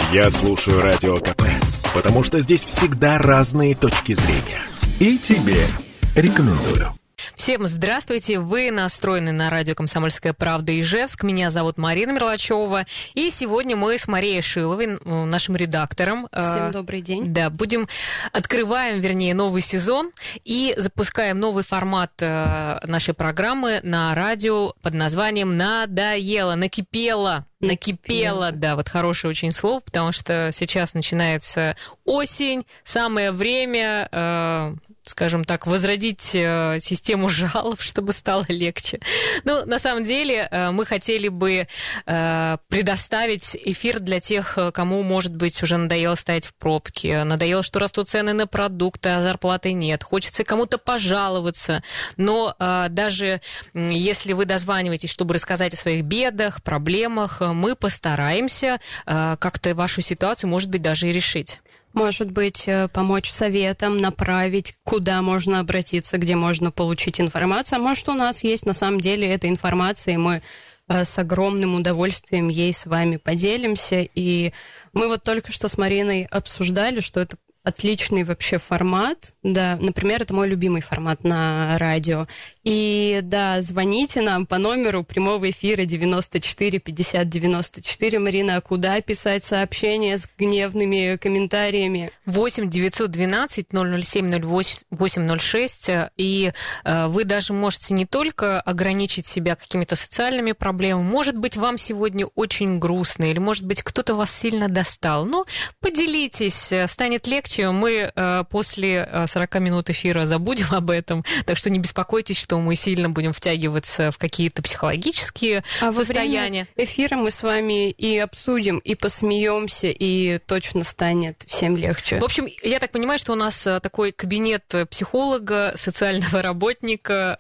Я слушаю Радио КП, потому что здесь всегда разные точки зрения. И тебе рекомендую. Всем здравствуйте, вы настроены на радио «Комсомольская правда» Ижевск. Меня зовут Марина Мерлачева. И сегодня мы с Марией Шиловой, нашим редактором. Всем добрый день. Да, открываем новый сезон и запускаем новый формат нашей программы на радио под названием «Надоело», Накипело, да, вот хорошее очень слово, потому что сейчас начинается осень, самое время, скажем так, возродить систему жалоб, чтобы стало легче. Ну, на самом деле, мы хотели бы предоставить эфир для тех, кому, может быть, уже надоело стоять в пробке, надоело, что растут цены на продукты, а зарплаты нет, хочется кому-то пожаловаться, но даже если вы дозваниваетесь, чтобы рассказать о своих бедах, проблемах, мы постараемся как-то вашу ситуацию, может быть, даже и решить. Может быть, помочь советом, направить, куда можно обратиться, где можно получить информацию. А может, у нас есть на самом деле эта информация, и мы с огромным удовольствием ей с вами поделимся. И мы вот только что с Мариной обсуждали, что это отличный вообще формат. Да, например, это мой любимый формат на радио. И да, звоните нам по номеру прямого эфира 94 50 94. Марина, а куда писать сообщения с гневными комментариями? 8 912 007 0806. И вы даже можете не только ограничить себя какими-то социальными проблемами, может быть, вам сегодня очень грустно, или, может быть, кто-то вас сильно достал. Ну, поделитесь, станет легче. Мы после 40 минут эфира забудем об этом, так что не беспокойтесь, что мы сильно будем втягиваться в какие-то психологические состояния. Во время эфира мы с вами и обсудим, и посмеемся, и точно станет всем легче. В общем, я так понимаю, что у нас такой кабинет психолога, социального работника,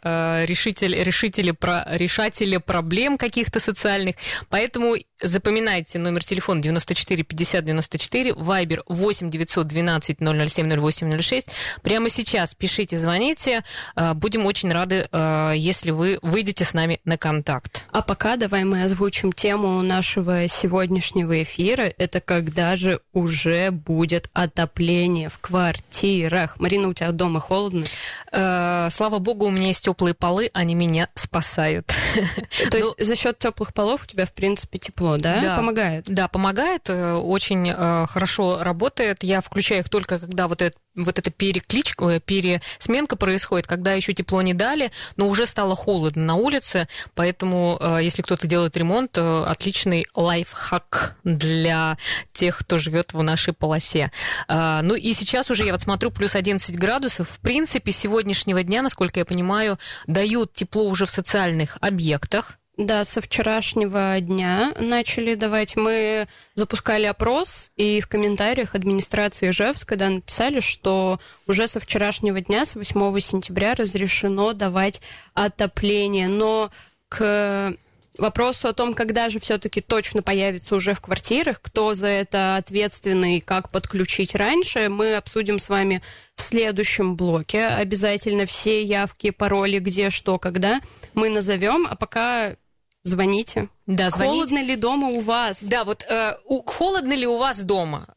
решателя проблем каких-то социальных, поэтому запоминайте номер телефона 94 50 94, Вайбер 8 912 007 0806. Прямо сейчас пишите, звоните. Будем очень рады, если вы выйдете с нами на контакт. А пока давай мы озвучим тему нашего сегодняшнего эфира. Это когда же уже будет отопление в квартирах. Марина, у тебя дома холодно? Слава богу, у меня есть теплые полы, они меня спасают. То есть за счет теплых полов у тебя, в принципе, тепло, да? Да. Помогает? Да, помогает, очень хорошо работает. Я включаю их только когда вот эта пересменка происходит, когда еще тепло не дали, но уже стало холодно на улице, поэтому, если кто-то делает ремонт, отличный лайфхак для тех, кто живет в нашей полосе. Ну и сейчас уже, я вот смотрю, плюс 11 градусов. В принципе, с сегодняшнего дня, насколько я понимаю, дают тепло уже в социальных объектах. Да, со вчерашнего дня начали давать. Мы запускали опрос, и в комментариях администрации Ижевска написали, что уже со вчерашнего дня, с 8 сентября, разрешено давать отопление. Но к вопросу о том, когда же все-таки точно появится уже в квартирах, кто за это ответственный, как подключить раньше, мы обсудим с вами в следующем блоке. Обязательно все явки, пароли, где, что, когда мы назовем, а пока... Звоните. Да, звоните. Холодно ли дома у вас? Да, вот холодно ли у вас дома?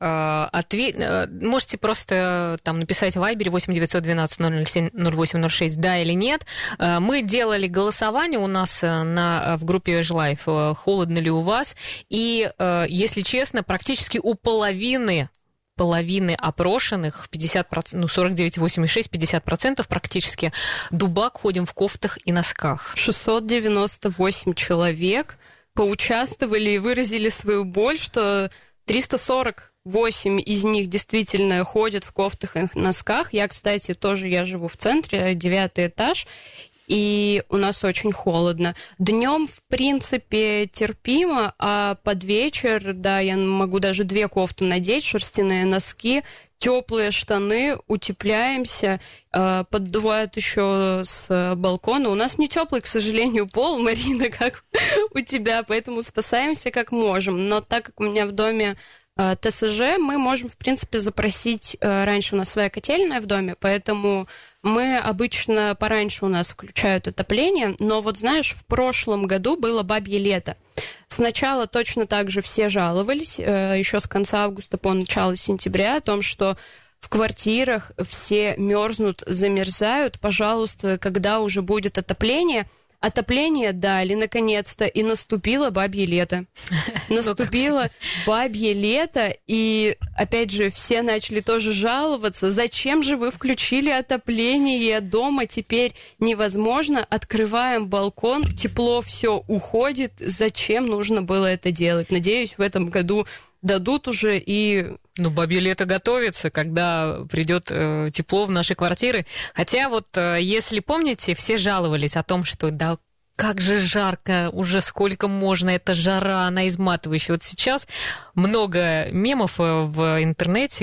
Можете просто там написать в Вайбере 8 912 007 0806 да или нет. Мы делали голосование у нас в группе Жилайф, холодно ли у вас. И, если честно, практически у половины опрошенных, 50%, 49,86, 50% практически, дубак ходим в кофтах и носках. 698 человек поучаствовали и выразили свою боль, что 348 из них действительно ходят в кофтах и носках. Я, кстати, я живу в центре, 9-й этаж, и у нас очень холодно. Днем, в принципе, терпимо, а под вечер, да, я могу даже 2 кофты надеть, шерстяные носки, теплые штаны, утепляемся, поддувают еще с балкона. У нас не теплый, к сожалению, пол, Марина, как у тебя, поэтому спасаемся как можем. Но так как у меня в доме ТСЖ мы можем, в принципе, запросить. Раньше у нас своя котельная в доме, поэтому мы обычно пораньше у нас включают отопление. Но вот знаешь, в прошлом году было бабье лето. Сначала точно так же все жаловались, еще с конца августа по начало сентября, о том, что в квартирах все мерзнут, замерзают. Пожалуйста, когда уже будет отопление? Отопление дали, наконец-то, и наступило бабье лето. Наступило бабье лето, и, опять же, все начали тоже жаловаться. Зачем же вы включили отопление? Дома теперь невозможно. Открываем балкон, тепло все уходит. Зачем нужно было это делать? Надеюсь, в этом году дадут уже и... Ну, бабье лето готовится, когда придет тепло в наши квартиры. Хотя вот, если помните, все жаловались о том, что да, как же жарко, уже сколько можно, эта жара, она изматывающая. Вот сейчас много мемов в интернете,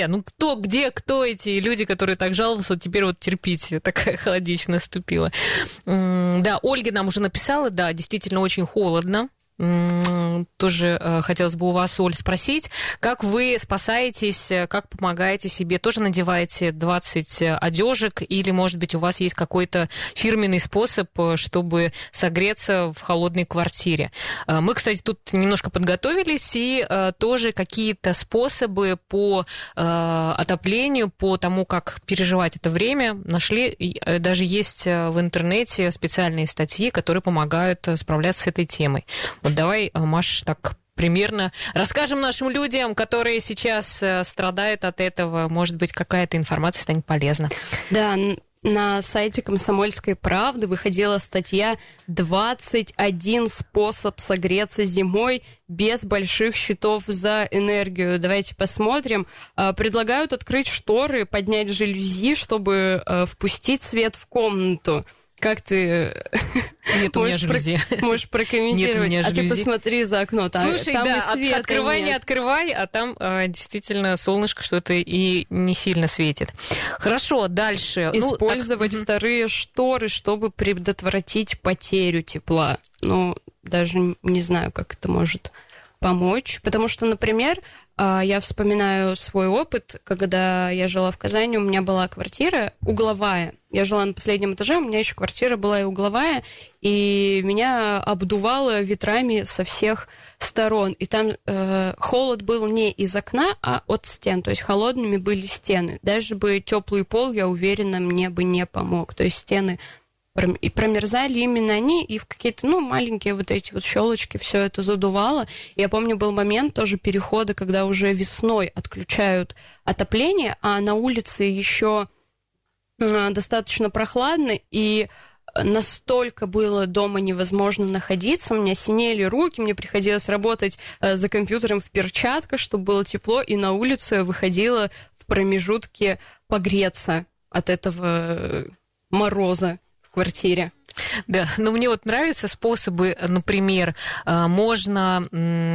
кто эти люди, которые так жалуются, вот теперь вот терпите, такая холодичная наступила. Да, Ольга нам уже написала, да, действительно очень холодно. Тоже хотелось бы у вас, Оль, спросить, как вы спасаетесь, как помогаете себе? Тоже надеваете 20 одежек или, может быть, у вас есть какой-то фирменный способ, чтобы согреться в холодной квартире? Мы, кстати, тут немножко подготовились и тоже какие-то способы по отоплению, по тому, как переживать это время, нашли. Даже есть в интернете специальные статьи, которые помогают справляться с этой темой. Вот давай, Маш, так примерно расскажем нашим людям, которые сейчас страдают от этого. Может быть, какая-то информация станет полезна. Да, на сайте «Комсомольской правды» выходила статья «21 способ согреться зимой без больших счетов за энергию». Давайте посмотрим. Предлагают открыть шторы, поднять жалюзи, чтобы впустить свет в комнату. Как ты Нет у меня жалюзи. Можешь прокомментировать? Нет у меня жалюзи. А ты посмотри за окно. Слушай, там да, открывай, не открывай, а там действительно солнышко что-то и не сильно светит. Хорошо, дальше. Использовать вторые шторы, чтобы предотвратить потерю тепла. Даже не знаю, как это может помочь. Потому что, например, я вспоминаю свой опыт, когда я жила в Казани, у меня была квартира угловая. Я жила на последнем этаже, у меня еще квартира была и угловая, и меня обдувало ветрами со всех сторон. И там холод был не из окна, а от стен. То есть холодными были стены. Даже бы теплый пол, я уверена, мне бы не помог. То есть стены и промерзали именно они, и в какие-то, маленькие вот эти вот щелочки все это задувало. Я помню, был момент тоже перехода, когда уже весной отключают отопление, а на улице еще достаточно прохладно, и настолько было дома невозможно находиться, у меня синели руки, мне приходилось работать за компьютером в перчатках, чтобы было тепло, и на улицу я выходила в промежутке погреться от этого мороза в квартире. Да, но мне вот нравятся способы, например, можно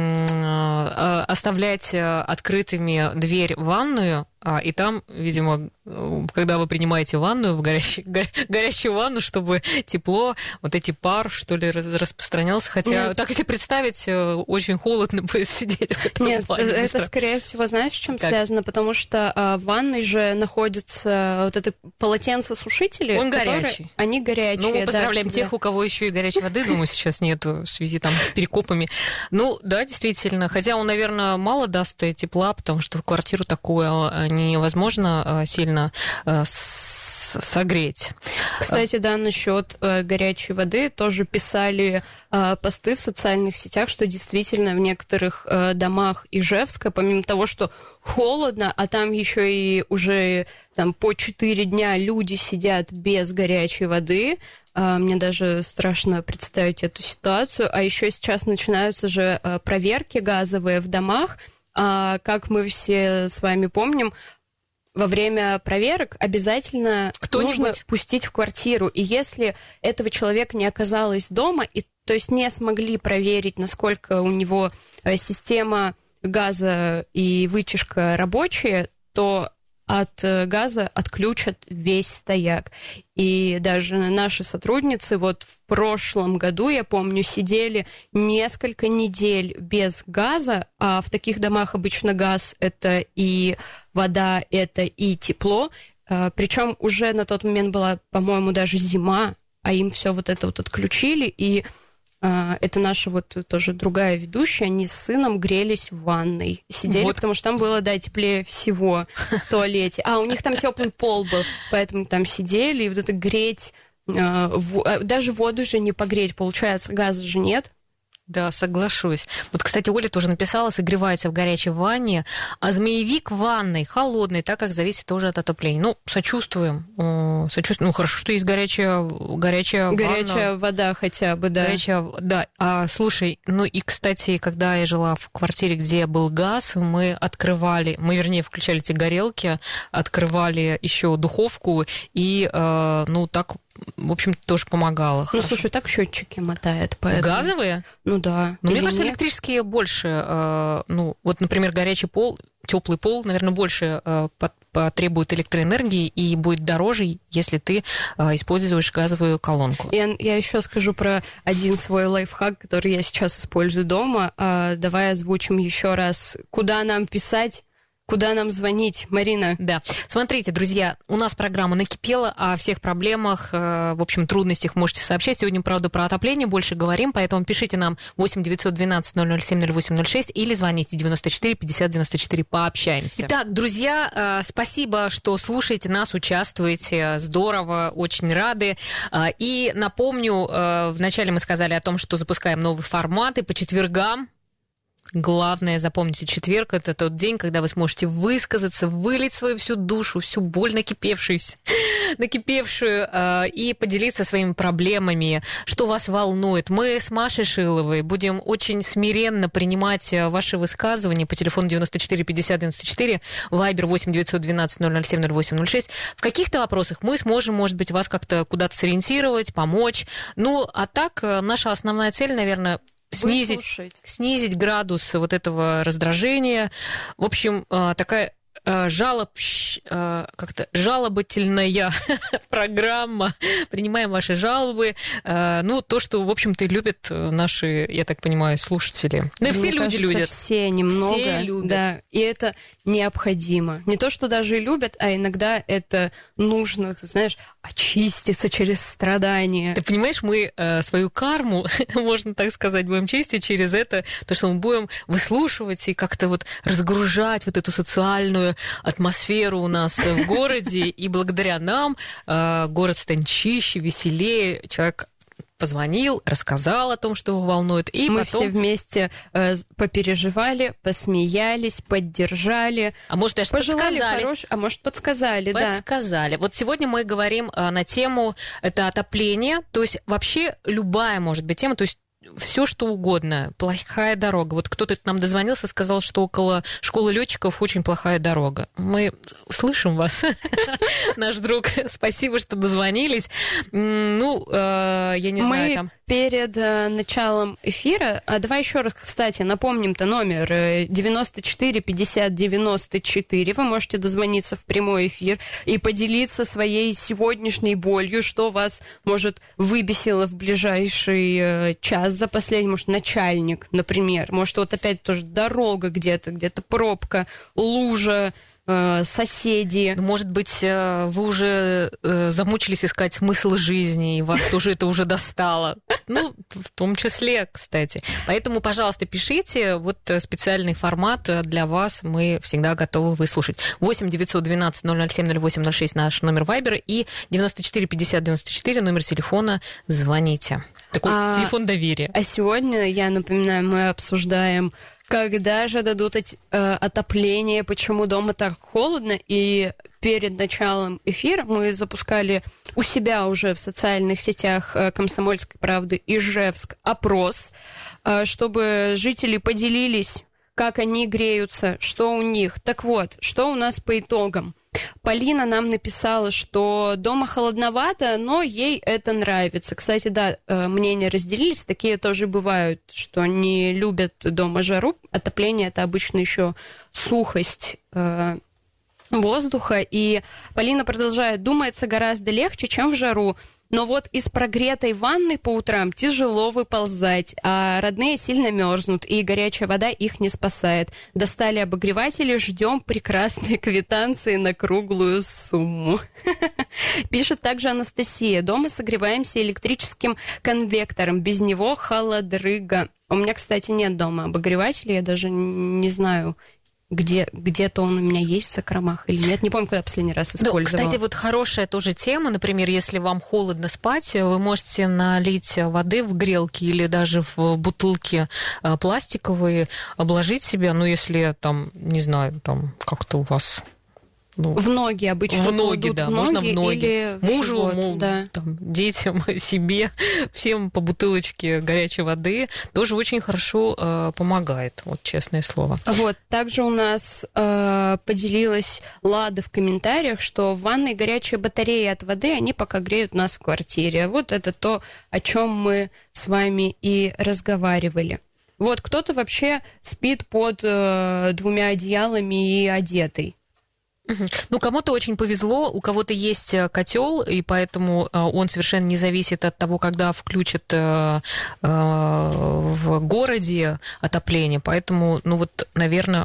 оставлять открытыми дверь в ванную, и там, видимо, когда вы принимаете ванную, в горячую ванну, чтобы тепло, вот эти пар, что ли, распространялся. Хотя, нет, так если представить, очень холодно будет сидеть в этом Нет, ванне. это, скорее всего, знаешь, с чем связано? Потому что в ванной же находятся вот это полотенцесушители. Он горячий. Они горячие. Ну, мы поздравляем тех, у кого еще и горячей воды, думаю, сейчас нету в связи там с перекопами. Ну, да, действительно. Хотя он, наверное, мало даст тепла, потому что в квартиру такое невозможно сильно согреть. Кстати, да, насчет горячей воды тоже писали посты в социальных сетях, что действительно в некоторых домах Ижевска, помимо того, что холодно, а там еще и уже там по 4 дня люди сидят без горячей воды. Мне даже страшно представить эту ситуацию. А еще сейчас начинаются же проверки газовые в домах. Как мы все с вами помним, во время проверок обязательно нужно пустить в квартиру. И если этого человека не оказалось дома, то есть не смогли проверить, насколько у него система газа и вытяжка рабочие, то от газа отключат весь стояк. И даже наши сотрудницы вот в прошлом году, я помню, сидели несколько недель без газа, а в таких домах обычно газ — это и вода, это и тепло. Причем уже на тот момент была, по-моему, даже зима, а им все вот это вот отключили, и это наша вот тоже другая ведущая, они с сыном грелись в ванной, сидели, вот. Потому что там было, да, теплее всего в туалете. А у них там теплый пол был, поэтому там сидели, и вот это греть, даже воду же не погреть, получается, газа же нет. Да, соглашусь. Вот, кстати, Оля тоже написала, согревается в горячей ванне, а змеевик в ванной холодный, так как зависит тоже от отопления. Ну, сочувствуем. Ну, хорошо, что есть горячая ванна. Горячая вода хотя бы, да. Да. Слушай, ну и, кстати, когда я жила в квартире, где был газ, мы включали эти горелки, открывали еще духовку, и, так, в общем, тоже помогало. Ну, слушай, так счетчики мотает, поэтому... Газовые? Ну да. Но мне кажется, электрические больше, вот, например, горячий пол, теплый пол, наверное, больше потребует электроэнергии и будет дороже, если ты используешь газовую колонку. Я еще скажу про один свой лайфхак, который я сейчас использую дома. Давай озвучим еще раз, куда нам писать. Куда нам звонить, Марина? Да. Смотрите, друзья, у нас программа «Накипела», о всех проблемах, в общем, трудностях можете сообщать. Сегодня, правда, про отопление больше говорим, поэтому пишите нам 8 912 007 0806 или звоните 94 50 94, пообщаемся. Итак, друзья, спасибо, что слушаете нас, участвуете. Здорово, очень рады. И напомню, вначале мы сказали о том, что запускаем новые форматы по четвергам. Главное, запомните, четверг – это тот день, когда вы сможете высказаться, вылить свою всю душу, всю боль накипевшую, и поделиться своими проблемами, что вас волнует. Мы с Машей Шиловой будем очень смиренно принимать ваши высказывания по телефону 94 50 94, Вайбер 8 912 007 0806. В каких-то вопросах мы сможем, может быть, вас как-то куда-то сориентировать, помочь. Ну, а так, наша основная цель, наверное, снизить градус вот этого раздражения. В общем, такая жалобательная программа. Принимаем ваши жалобы. То, что, в общем-то, любят наши, я так понимаю, слушатели. Да, все люди любят. Все немного. Все любят. Да, и это необходимо. Не то, что даже и любят, а иногда это нужно, ты знаешь, очиститься через страдания. Ты понимаешь, мы свою карму, можно так сказать, будем чистить через это, то, что мы будем выслушивать и как-то вот разгружать вот эту социальную атмосферу у нас в городе, и благодаря нам город станет чище, веселее, человек позвонил, рассказал о том, что его волнует, и мы потом... все вместе попереживали, посмеялись, поддержали. А может, даже подсказали. Подсказали, да. Подсказали. Вот сегодня мы говорим на тему это отопление, то есть вообще любая может быть тема, то есть все что угодно, плохая дорога. Вот кто-то к нам дозвонился, сказал, что около школы летчиков очень плохая дорога. Мы слышим вас, наш друг. Спасибо, что дозвонились. Я не знаю, там... Перед началом эфира, давай еще раз, кстати, напомним-то номер 94 50 94. Вы можете дозвониться в прямой эфир и поделиться своей сегодняшней болью, что вас, может, выбесило в ближайший час за последний, может, начальник, например. Может, вот опять тоже дорога где-то пробка, лужа, соседи. Может быть, вы уже замучились искать смысл жизни, и вас тоже это уже достало. В том числе, кстати. Поэтому, пожалуйста, пишите. Вот специальный формат для вас. Мы всегда готовы выслушать. 8 912 007 0806 наш номер Вайбера и 94 50 94 номер телефона. Звоните. Такой телефон доверия. А сегодня, я напоминаю, мы обсуждаем, когда же дадут отопление, почему дома так холодно. И перед началом эфира мы запускали у себя уже в социальных сетях «Комсомольской правды» Ижевск опрос, чтобы жители поделились, как они греются, что у них. Так вот, что у нас по итогам? Полина нам написала, что дома холодновато, но ей это нравится. Кстати, да, мнения разделились, такие тоже бывают, что не любят дома жару. Отопление — это обычно еще сухость воздуха. И Полина продолжает: думается гораздо легче, чем в жару. Но вот из прогретой ванны по утрам тяжело выползать, а родные сильно мерзнут, и горячая вода их не спасает. Достали обогреватели, ждем прекрасной квитанции на круглую сумму. Пишет также Анастасия. Дома согреваемся электрическим конвектором, без него холодрыга. У меня, кстати, нет дома обогревателя, я даже не знаю, где-то он у меня есть в закромах или нет. Не помню, когда последний раз использовала. Кстати, вот хорошая тоже тема. Например, если вам холодно спать, вы можете налить воды в грелки или даже в бутылки пластиковые, обложить себя, ну, если там, не знаю, там как-то у вас... Ну, в ноги обычно. В ноги, да, можно в ноги. Или мужу, живот, да. Там, детям, себе, всем по бутылочке горячей воды тоже очень хорошо помогает, вот честное слово. Вот, также у нас поделилась Лада в комментариях, что в ванной горячие батареи от воды, они пока греют нас в квартире. Вот это то, о чем мы с вами и разговаривали. Вот, кто-то вообще спит под двумя одеялами и одетый. Ну, кому-то очень повезло, у кого-то есть котел, и поэтому он совершенно не зависит от того, когда включат в городе отопление. Поэтому, ну вот, наверное,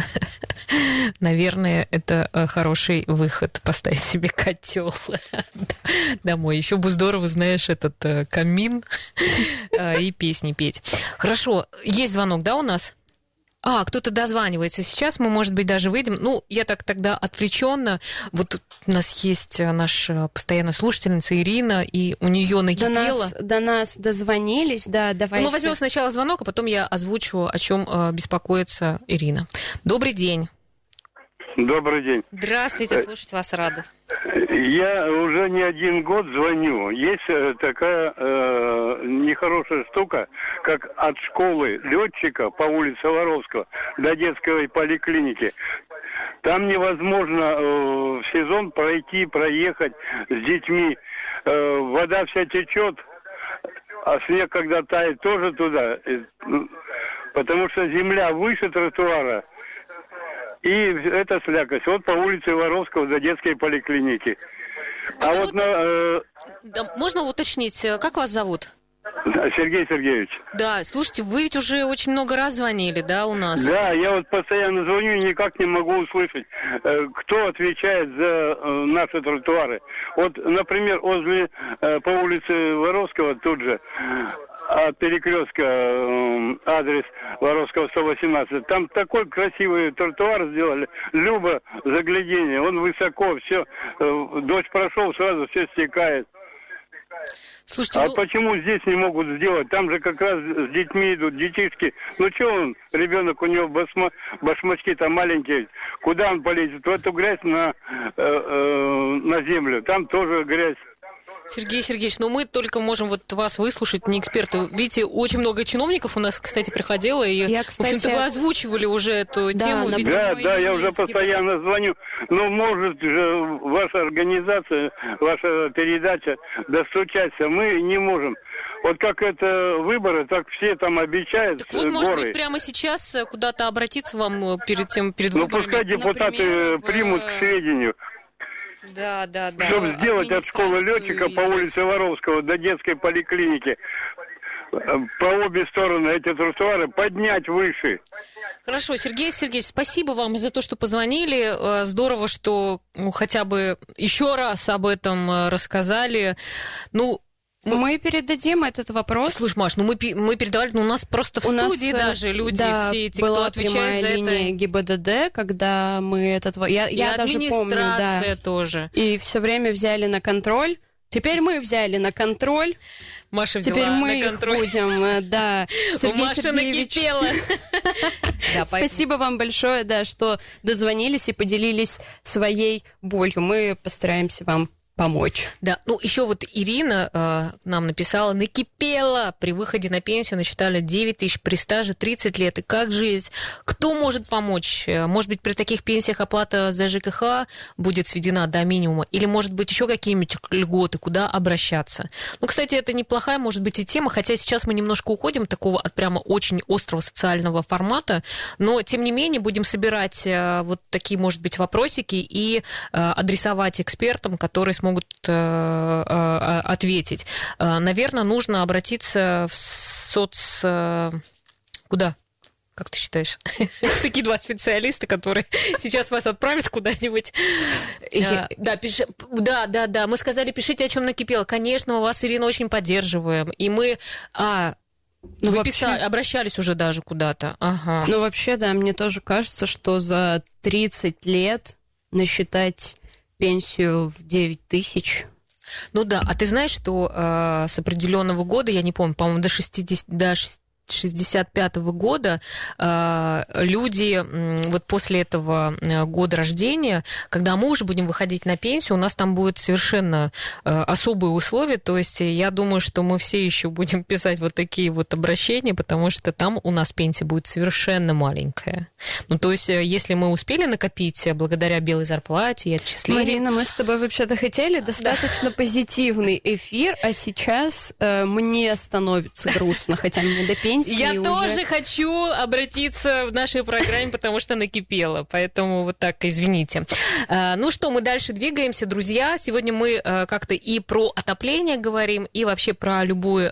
это хороший выход, поставить себе котел домой. Еще бы здорово, знаешь, этот камин и песни петь. Хорошо, есть звонок, да, у нас? Кто-то дозванивается. Сейчас мы, может быть, даже выйдем. Ну, я так тогда отвлеченно. Вот у нас есть наша постоянная слушательница Ирина, и у нее накипело. До нас дозвонились, да, давайте. Ну, мы возьмем сначала звонок, а потом я озвучу, о чем беспокоится Ирина. Добрый день. Добрый день. Здравствуйте, слушать вас рада. Я уже не один год звоню. Есть такая нехорошая штука, как от школы летчика по улице Воровского до детской поликлиники. Там невозможно в сезон проехать с детьми. Вода вся течет, а снег, когда тает, тоже туда. Потому что земля выше тротуара. И это слякоть. Вот по улице Воровского до детской поликлиники. Можно уточнить, как вас зовут? Сергей Сергеевич. Да, слушайте, вы ведь уже очень много раз звонили, да, у нас? Да, я вот постоянно звоню и никак не могу услышать, кто отвечает за наши тротуары. Вот, например, по улице Воровского тут же, от перекрестка адрес Воровского 118. Там такой красивый тротуар сделали. Любо заглядение. Он высоко, все. Дождь прошел, сразу все стекает. Слушайте, почему здесь не могут сделать? Там же как раз с детьми идут детишки. Ну что он, ребенок, у него башмачки-то маленькие. Куда он полезет? В эту грязь на землю. Там тоже грязь. Сергей Сергеевич, мы только можем вас выслушать, не эксперты. Видите, очень много чиновников у нас, кстати, приходило, и, в общем-то, вы озвучивали уже эту тему. Да, я уже постоянно звоню. Но может же ваша организация, ваша передача достучаться. Мы не можем. Вот как это выборы, так все там обещают. Так вот, может быть, прямо сейчас куда-то обратиться вам перед выборами? Ну, пускай депутаты примут к сведению. Да. Чтобы сделать от школы летчика по улице Воровского до детской поликлиники по обе стороны эти тротуары поднять выше. Хорошо, Сергей Сергеевич, спасибо вам за то, что позвонили. Здорово, что хотя бы еще раз об этом рассказали. Мы передадим этот вопрос. Слушай, Маш, мы передавали, у нас просто в студии даже люди, все эти, кто отвечает за это. Была прямая линия ГИБДД, когда мы этот... Я даже помню, да. Администрация тоже. И все время взяли на контроль. Теперь мы взяли на контроль. Маша взяла теперь мы на контроль. Будем, да. У Маши накипело. Спасибо вам большое, что дозвонились и поделились своей болью. Мы постараемся вам помочь. Да, ну еще вот Ирина нам написала: накипело, при выходе на пенсию насчитали 9 тысяч, при стаже 30 лет. И как жить? Кто может помочь? Может быть, при таких пенсиях оплата за ЖКХ будет сведена до минимума? Или, может быть, еще какие-нибудь льготы, куда обращаться? Ну, кстати, это неплохая, может быть, и тема, хотя сейчас мы немножко уходим от такого, от прямо очень острого социального формата, но, тем не менее, будем собирать вот такие, может быть, вопросики и адресовать экспертам, которые смогут ответить. Наверное, нужно обратиться в Куда? Как ты считаешь? Такие два специалиста, которые сейчас вас отправят куда-нибудь. Да, мы сказали, пишите, о чем накипело. Конечно, мы вас, Ирина, очень поддерживаем. И мы... обращались уже даже куда-то. Ага. Ну, вообще, да, мне тоже кажется, что за 30 лет насчитать пенсию в 9 тысяч... Ну да, а ты знаешь, что с определенного года, я не помню, по-моему, до 65-го года люди вот после этого года рождения, когда мы уже будем выходить на пенсию, у нас там будут совершенно особые условия, то есть я думаю, что мы все еще будем писать вот такие вот обращения, потому что там у нас пенсия будет совершенно маленькая. Ну, то есть если мы успели накопить благодаря белой зарплате и отчислению... Марина, мы с тобой вообще-то хотели достаточно позитивный эфир, а сейчас мне становится грустно, хотя мне до пенсии я уже... тоже хочу обратиться в нашей программе, потому что накипело. Поэтому вот так, извините. Ну что, мы дальше двигаемся, друзья. Сегодня мы как-то и про отопление говорим, и вообще про любое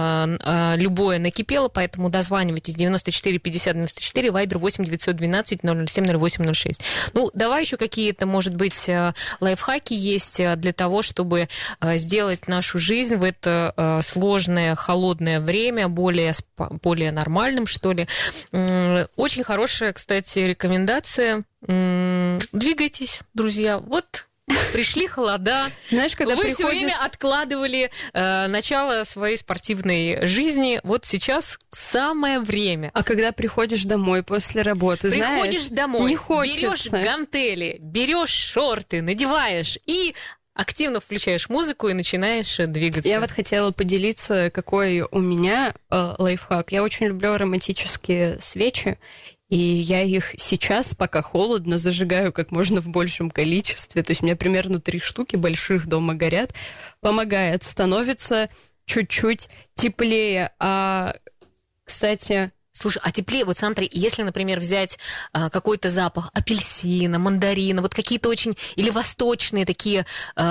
накипело. Поэтому дозванивайтесь 94 50 94, вайбер 8 912 007 08 06. Ну, давай еще какие-то, может быть, лайфхаки есть для того, чтобы сделать нашу жизнь в это сложное, холодное время более нормальным, что ли. Очень хорошая, кстати, рекомендация. Двигайтесь, друзья. Вот пришли холода. Знаешь, когда вы все время откладывали начало своей спортивной жизни. Вот сейчас самое время. А когда приходишь домой после работы, приходишь домой, не хочется. Берешь гантели, берешь шорты, надеваешь и активно включаешь музыку и начинаешь двигаться. Я вот хотела поделиться, какой у меня лайфхак. Я очень люблю ароматические свечи, и я их сейчас, пока холодно, зажигаю как можно в большем количестве. То есть у меня примерно 3 штуки больших дома горят. Помогает. Становится чуть-чуть теплее. Кстати... Слушай, а теплее, вот смотри, если, например, взять какой-то запах апельсина, мандарина, вот какие-то очень, или восточные такие,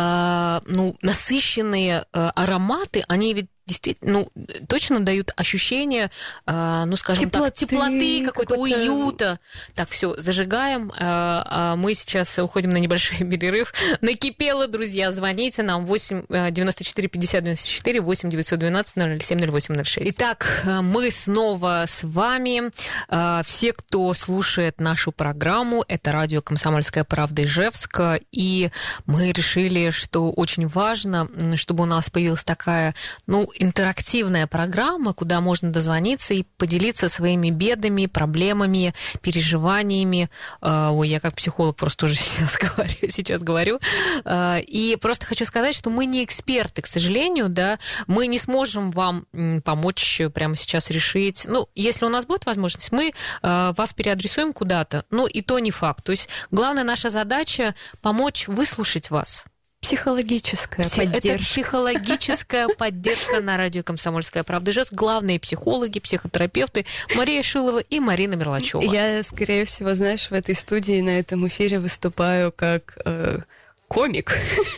насыщенные ароматы, они ведь действительно, точно дают ощущение, скажем так, теплоты, какой-то уюта. Так, все, зажигаем. Мы сейчас уходим на небольшой перерыв. Накипело, друзья, звоните нам 8 94 50 94 8 912 007 08 06. Итак, мы снова с вами. Все, кто слушает нашу программу, это радио «Комсомольская правда» Ижевск, и мы решили, что очень важно, чтобы у нас появилась такая, интерактивная программа, куда можно дозвониться и поделиться своими бедами, проблемами, переживаниями. Ой, я как психолог просто уже сейчас говорю. И просто хочу сказать, что мы не эксперты, к сожалению, да, мы не сможем вам помочь прямо сейчас решить. Если у нас будет возможность, мы вас переадресуем куда-то, и то не факт. То есть главная наша задача — помочь выслушать вас. Психологическая поддержка. Это психологическая поддержка на радио «Комсомольская правда» Ижевск. Главные психологи, психотерапевты Мария Шилова и Марина Мерлачева. Я, скорее всего, знаешь, в этой студии на этом эфире выступаю как комик,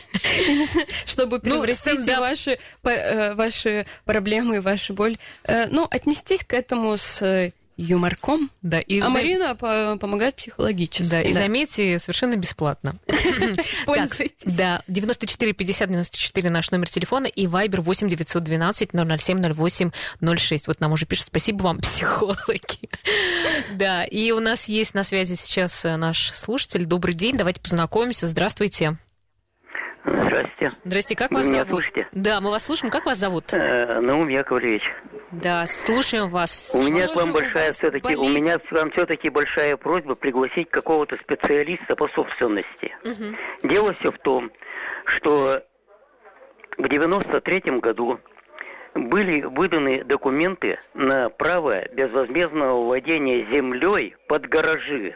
чтобы превратить ваши проблемы и вашу боль. Отнестись к этому с юморком, да, Марина помогает психологически. Да, и заметьте, совершенно бесплатно. Пользуйтесь. Да, 94 50 94 наш номер телефона и вайбер 8 912 007 08 06. Вот нам уже пишут: спасибо вам, психологи. Да, и у нас есть на связи сейчас наш слушатель. Добрый день, давайте познакомимся. Здравствуйте. Здрасте. Здрасте, как вас Вы меня зовут? слышите? Да, мы вас слушаем. Как вас зовут? Наум Яковлевич. Да, слушаем вас. У меня Что к вам же у большая вас все-таки, болит? у меня к вам все-таки большая просьба пригласить какого-то специалиста по собственности. Дело все в том, что в 93-м году были выданы документы на право безвозмездного владения землей под гаражи.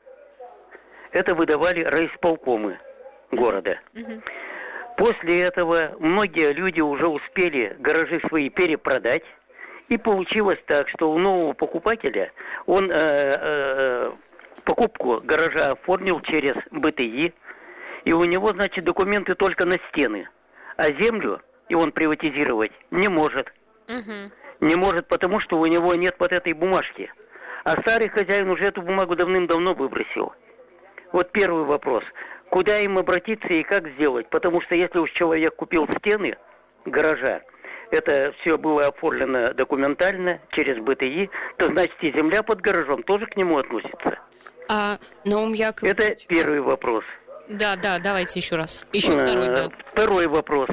Это выдавали райисполкомы города. После этого многие люди уже успели гаражи свои перепродать. И получилось так, что у нового покупателя он покупку гаража оформил через БТИ. И у него, значит, документы только на стены. А землю и он приватизировать не может. Не может, потому что у него нет вот этой бумажки. А старый хозяин уже эту бумагу давным-давно выбросил. Вот первый вопрос. Куда им обратиться и как сделать? Потому что если уж человек купил стены гаража, это все было оформлено документально через БТИ, то значит и земля под гаражом тоже к нему относится. Наум Яковлевич... Это первый вопрос. Да, давайте еще раз. Еще второй, да. Второй вопрос.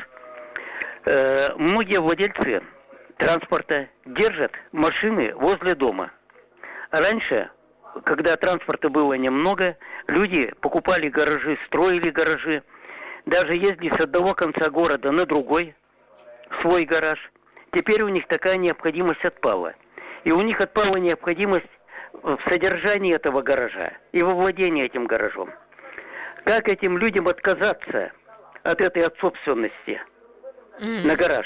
Многие владельцы транспорта держат машины возле дома. Раньше, когда транспорта было немного, люди покупали гаражи, строили гаражи, даже ездили с одного конца города на другой, в свой гараж. Теперь у них такая необходимость отпала. И у них отпала необходимость в содержании этого гаража и во владении этим гаражом. Как этим людям отказаться от этой собственности на гараж?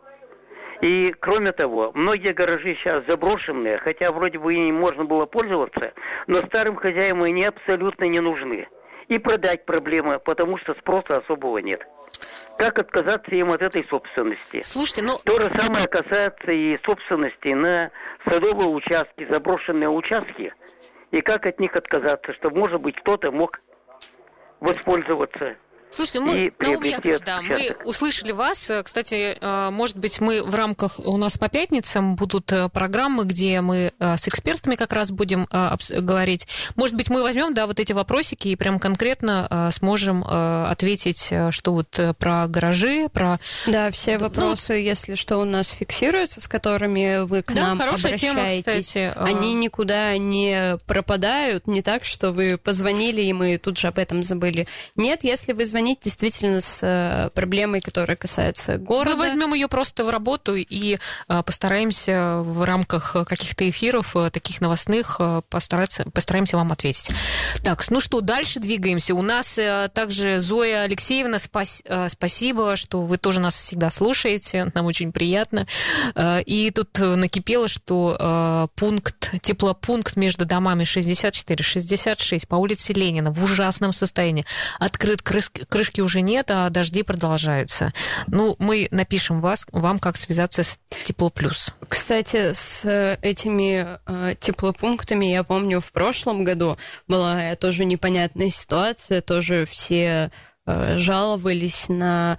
И, кроме того, многие гаражи сейчас заброшенные, хотя вроде бы ими можно было пользоваться, но старым хозяевам они абсолютно не нужны. И продать проблема, потому что спроса особого нет. Как отказаться им от этой собственности? Слушайте, То же самое касается и собственности на садовые участки, заброшенные участки. И как от них отказаться, чтобы, может быть, кто-то мог воспользоваться. Слушайте, мы услышали вас. Кстати, может быть, мы в рамках, у нас по пятницам будут программы, где мы с экспертами как раз будем говорить. Может быть, мы возьмем, вот эти вопросики и прям конкретно сможем ответить, что вот про гаражи, про... Да, все вопросы, если что, у нас фиксируются, с которыми вы к нам обращаетесь. Тема, кстати. Они никуда не пропадают, не так, что вы позвонили, и мы тут же об этом забыли. Нет, если вы звоните действительно с проблемой, которая касается города. Мы возьмем ее просто в работу и постараемся в рамках каких-то эфиров, таких новостных, постараемся вам ответить. Так, ну что, дальше двигаемся. У нас также Зоя Алексеевна, спасибо, что вы тоже нас всегда слушаете, нам очень приятно. И тут накипело, что теплопункт между домами 64-66 по улице Ленина в ужасном состоянии. Открыт, крышки уже нет, а дожди продолжаются. Ну, мы напишем вам, как связаться с Тепло Плюс. Кстати, с этими теплопунктами, я помню, в прошлом году была тоже непонятная ситуация, тоже все жаловались на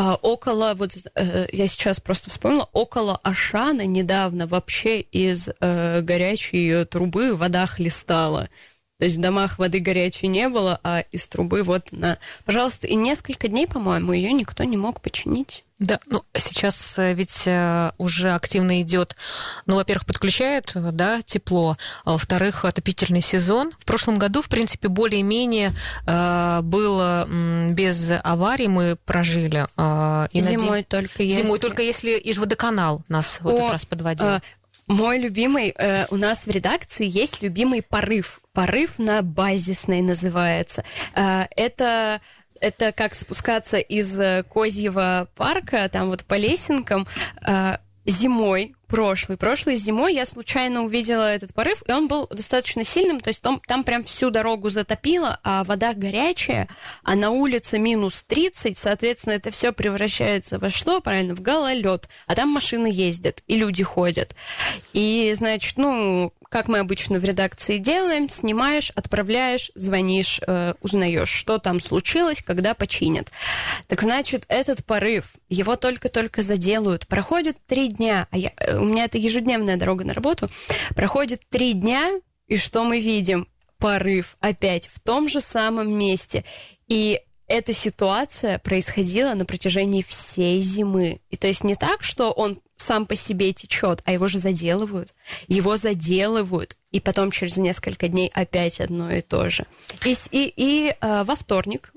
я сейчас просто вспомнила, около Ашана недавно вообще из горячей трубы вода хлестала. То есть в домах воды горячей не было, а из трубы пожалуйста, и несколько дней, по-моему, ее никто не мог починить. Да, сейчас ведь уже активно идет, во-первых, подключают, тепло, а во-вторых, отопительный сезон. В прошлом году, в принципе, более-менее было без аварий мы прожили. Зимой только если Ижводоканал нас в этот раз подводил. Мой любимый, у нас в редакции есть любимый порыв. Порыв на Базисной называется. Это как спускаться из Козьего парка, там вот по лесенкам, зимой, прошлой зимой я случайно увидела этот порыв, и он был достаточно сильным, то есть там прям всю дорогу затопило, а вода горячая, а на улице минус 30, соответственно, это все превращается во что? Правильно, в гололед, а там машины ездят, и люди ходят. И, значит, как мы обычно в редакции делаем, снимаешь, отправляешь, звонишь, узнаешь, что там случилось, когда починят. Так значит, этот порыв, его только-только заделают, проходит 3 дня, у меня это ежедневная дорога на работу, проходит 3 дня, и что мы видим? Порыв опять в том же самом месте. И эта ситуация происходила на протяжении всей зимы. И то есть не так, что он сам по себе течет, а его же заделывают. Его заделывают, и потом через несколько дней опять одно и то же. И во вторник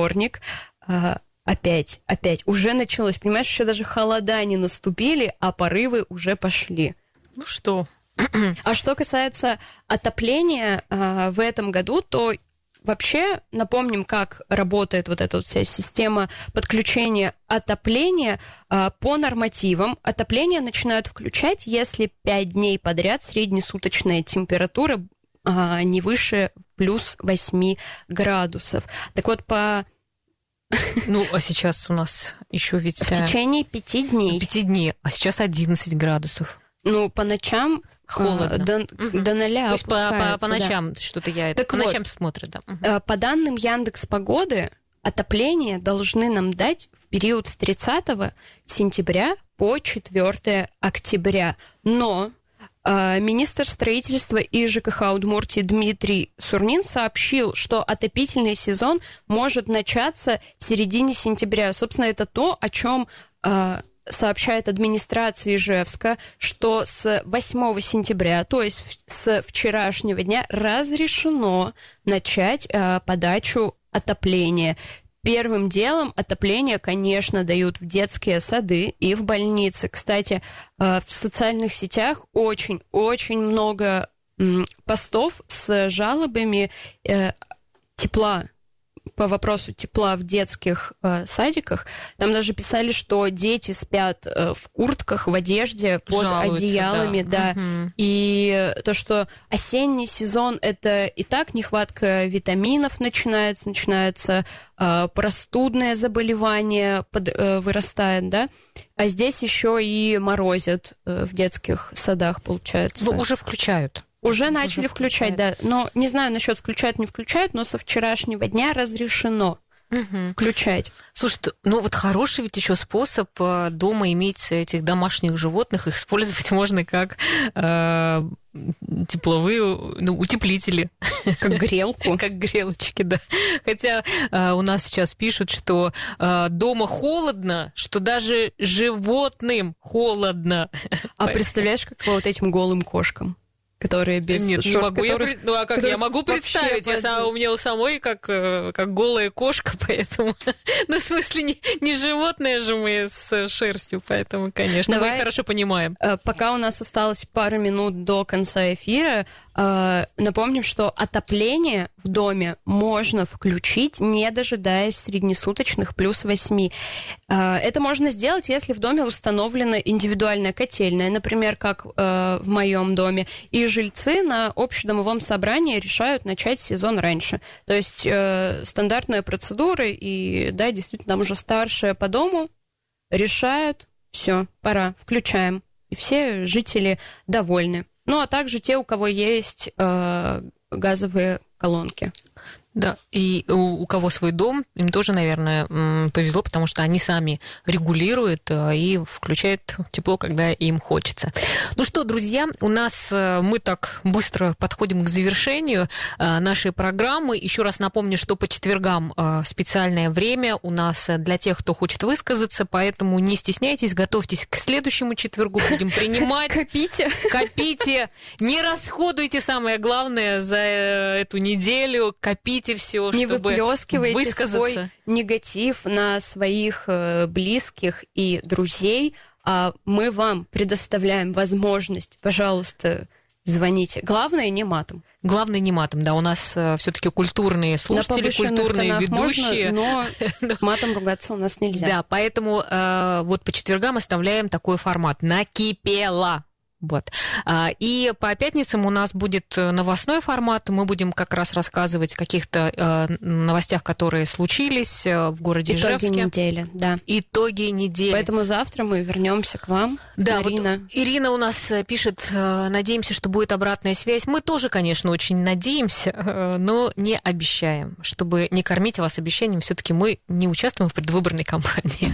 опять уже началось. Понимаешь, еще даже холода не наступили, а порывы уже пошли. Ну что? А что касается отопления в этом году, то вообще напомним, как работает вот эта вот вся система подключения отопления по нормативам. Отопление начинают включать, если 5 дней подряд среднесуточная температура не выше плюс 8 градусов. Так вот, Ну, а сейчас у нас еще ведь... в течение 5 дней. 5 дней, а сейчас 11 градусов. Ну, по ночам холодно. До 0 То есть по ночам да. что-то я... Так по вот, ночам смотрят, да. По данным Яндекс.Погоды, отопление должны нам дать в период с 30 сентября по 4 октября. Но министр строительства и ЖКХ Удмуртии Дмитрий Сурнин сообщил, что отопительный сезон может начаться в середине сентября. Собственно, это то, о чем сообщает администрация Ижевска, что с 8 сентября, то есть с вчерашнего дня, разрешено начать подачу отопления. Первым делом отопление, конечно, дают в детские сады и в больницы. Кстати, в социальных сетях очень много постов с жалобами тепла, по вопросу тепла в детских садиках. Там даже писали, что дети спят в куртках, в одежде, под жалуются, одеялами, да. Угу. И то, что осенний сезон, это и так нехватка витаминов начинается простудное заболевание вырастает, да. А здесь еще и морозят в детских садах, получается. Ну, уже включают. Уже начали включать, да. Но не знаю насчет включают, не включают, но со вчерашнего дня разрешено включать. Слушай, ну вот хороший ведь еще способ дома иметь этих домашних животных, их использовать можно как тепловые, утеплители. Как грелку. Как грелочки, да. Хотя у нас сейчас пишут, что дома холодно, что даже животным холодно. А представляешь, как вот этим голым кошкам? Которые без Нет, не могу. Ну, а как? Я могу представить. У меня у самой как голая кошка, поэтому... Ну, в смысле, не животное же мы с шерстью, поэтому, конечно, мы хорошо понимаем. Пока у нас осталось пару минут до конца эфира, напомним, что отопление в доме можно включить, не дожидаясь среднесуточных плюс 8. Это можно сделать, если в доме установлена индивидуальная котельная, например, как в моем доме, и жильцы на общедомовом собрании решают начать сезон раньше. То есть стандартная процедура, и да, действительно, там уже старшие по дому решают, все, пора, включаем. И все жители довольны. Ну, а также те, у кого есть газовые колонки. Да, и у кого свой дом, им тоже, наверное, повезло, потому что они сами регулируют и включают тепло, когда им хочется. Ну что, друзья, у нас мы так быстро подходим к завершению нашей программы. Еще раз напомню, что по четвергам специальное время у нас для тех, кто хочет высказаться, поэтому не стесняйтесь, готовьтесь к следующему четвергу, будем принимать. Копите, не расходуйте, самое главное, за эту неделю, копите все, не чтобы выплескивайте высказаться. Свой негатив на своих близких и друзей, а мы вам предоставляем возможность, пожалуйста, звоните. Главное, не матом. Главное, не матом, да. У нас все-таки культурные слушатели, культурные ведущие. Можно, но матом ругаться у нас нельзя. Да, поэтому вот по четвергам оставляем такой формат. Накипело. Вот. И по пятницам у нас будет новостной формат. Мы будем как раз рассказывать о каких-то новостях, которые случились в городе Ижевске. Итоги недели, да. Итоги недели. Поэтому завтра мы вернемся к вам. Да, Марина. Вот Ирина у нас пишет, надеемся, что будет обратная связь. Мы тоже, конечно, очень надеемся, но не обещаем. Чтобы не кормить вас обещанием, все-таки мы не участвуем в предвыборной кампании.